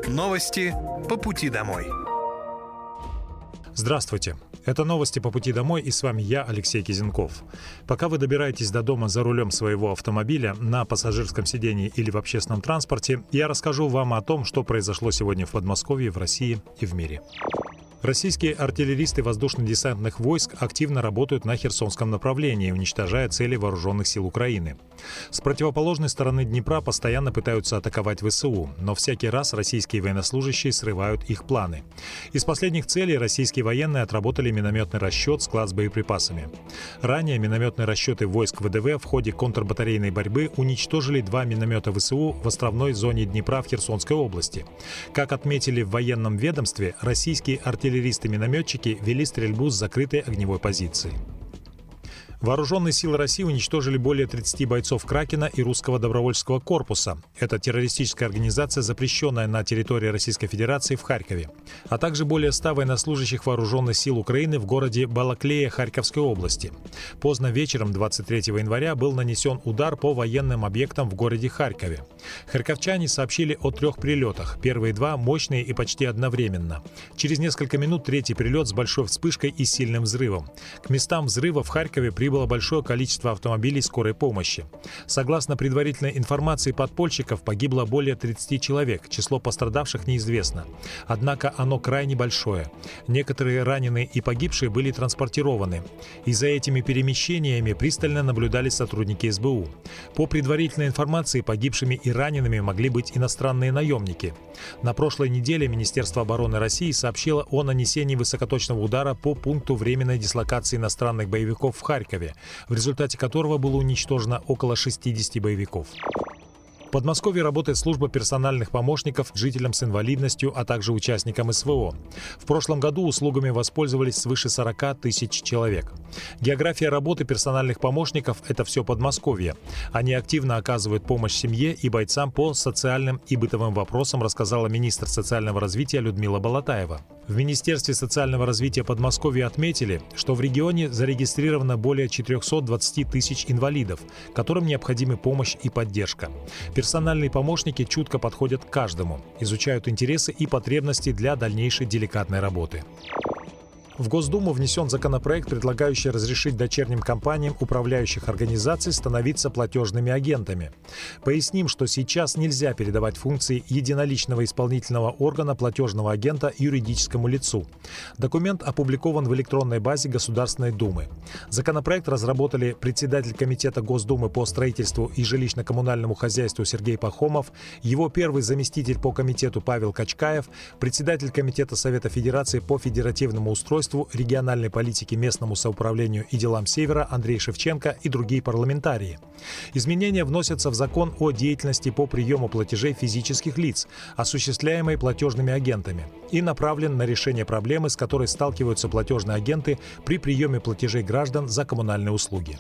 Новости по пути домой. Здравствуйте. Это новости по пути домой, и с вами я, Алексей Кизенков. Пока вы добираетесь до дома за рулем своего автомобиля, на пассажирском сидении или в общественном транспорте, я расскажу вам о том, что произошло сегодня в Подмосковье, в России и в мире. Российские артиллеристы воздушно-десантных войск активно работают на Херсонском направлении, уничтожая цели вооруженных сил Украины. С противоположной стороны Днепра постоянно пытаются атаковать ВСУ, но всякий раз российские военнослужащие срывают их планы. Из последних целей российские военные отработали минометный расчет, склад с боеприпасами. Ранее минометные расчеты войск ВДВ в ходе контрбатарейной борьбы уничтожили 2 миномета ВСУ в островной зоне Днепра в Херсонской области. Как отметили в военном ведомстве, российские артиллеристы-минометчики вели стрельбу с закрытой огневой позиции. Вооруженные силы России уничтожили более 30 бойцов Кракена и русского добровольческого корпуса. Это террористическая организация, запрещенная на территории Российской Федерации в Харькове, а также более 100 военнослужащих вооруженных сил Украины в городе Балаклея Харьковской области. Поздно вечером 23 января был нанесен удар по военным объектам в городе Харькове. Харьковчане сообщили о 3 прилетах. Первые 2 мощные и почти одновременно. Через несколько минут третий прилет с большой вспышкой и сильным взрывом. К местам взрыва в Харькове прибыло большое количество автомобилей скорой помощи. Согласно предварительной информации подпольщиков, погибло более 30 человек, число пострадавших неизвестно. Однако оно крайне большое. Некоторые раненые и погибшие были транспортированы. И за этими перемещениями пристально наблюдали сотрудники СБУ. По предварительной информации, погибшими и ранеными могли быть иностранные наемники. На прошлой неделе Министерство обороны России сообщило о нанесении высокоточного удара по пункту временной дислокации иностранных боевиков в Харькове, в результате которого было уничтожено около 60 боевиков. В Подмосковье работает служба персональных помощников жителям с инвалидностью, а также участникам СВО. В прошлом году услугами воспользовались свыше 40 тысяч человек. География работы персональных помощников – это все Подмосковье. Они активно оказывают помощь семье и бойцам по социальным и бытовым вопросам, рассказала министр социального развития Людмила Болотаева. В Министерстве социального развития Подмосковья отметили, что в регионе зарегистрировано более 420 тысяч инвалидов, которым необходимы помощь и поддержка. Персональные помощники чутко подходят к каждому, изучают интересы и потребности для дальнейшей деликатной работы. В Госдуму внесен законопроект, предлагающий разрешить дочерним компаниям управляющих организаций становиться платежными агентами. Поясним, что сейчас нельзя передавать функции единоличного исполнительного органа платежного агента юридическому лицу. Документ опубликован в электронной базе Государственной Думы. Законопроект разработали председатель Комитета Госдумы по строительству и жилищно-коммунальному хозяйству Сергей Пахомов, его первый заместитель по комитету Павел Качкаев, председатель Комитета Совета Федерации по федеративному устройству, региональной политики, местному самоуправлению и делам Севера Андрей Шевченко и другие парламентарии. Изменения вносятся в закон о деятельности по приему платежей физических лиц, осуществляемой платежными агентами, и направлен на решение проблемы, с которой сталкиваются платежные агенты при приеме платежей граждан за коммунальные услуги.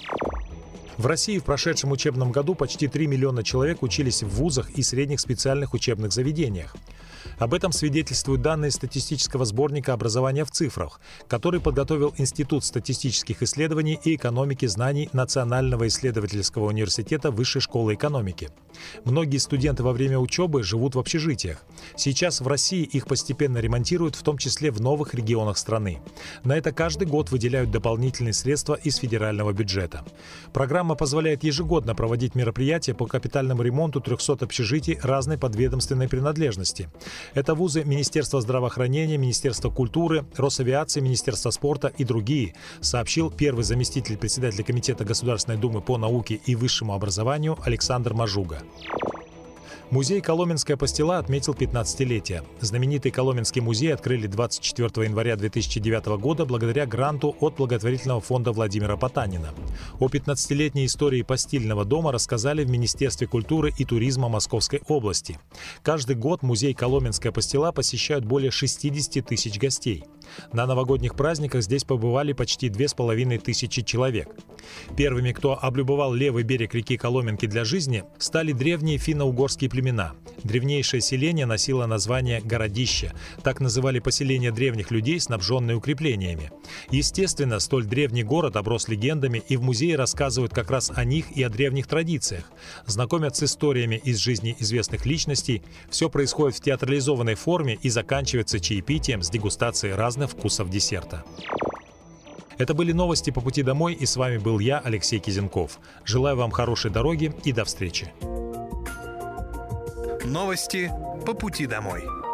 В России в прошедшем учебном году почти 3 миллиона человек учились в вузах и средних специальных учебных заведениях. Об этом свидетельствуют данные статистического сборника «Образование в цифрах», который подготовил Институт статистических исследований и экономики знаний Национального исследовательского университета Высшей школы экономики. Многие студенты во время учебы живут в общежитиях. Сейчас в России их постепенно ремонтируют, в том числе в новых регионах страны. На это каждый год выделяют дополнительные средства из федерального бюджета. Программа позволяет ежегодно проводить мероприятия по капитальному ремонту 300 общежитий разной подведомственной принадлежности. Это вузы Министерства здравоохранения, Министерства культуры, Росавиации, Министерства спорта и другие, сообщил первый заместитель председателя Комитета Государственной Думы по науке и высшему образованию Александр Мажуга. Музей «Коломенская пастила» отметил 15-летие. Знаменитый Коломенский музей открыли 24 января 2009 года благодаря гранту от благотворительного фонда Владимира Потанина. О 15-летней истории пастильного дома рассказали в Министерстве культуры и туризма Московской области. Каждый год музей «Коломенская пастила» посещают более 60 тысяч гостей. На новогодних праздниках здесь побывали почти 2500 человек. Первыми, кто облюбовал левый берег реки Коломенки для жизни, стали древние финно-угорские племена. Древнейшее селение носило название «Городище». Так называли поселение древних людей, снабженные укреплениями. Естественно, столь древний город оброс легендами, и в музее рассказывают как раз о них и о древних традициях. Знакомят с историями из жизни известных личностей. Все происходит в театрализованной форме и заканчивается чаепитием с дегустацией разных вкусов десерта. Это были новости по пути домой, и с вами был я, Алексей Кизенков. Желаю вам хорошей дороги и до встречи. Новости по пути домой.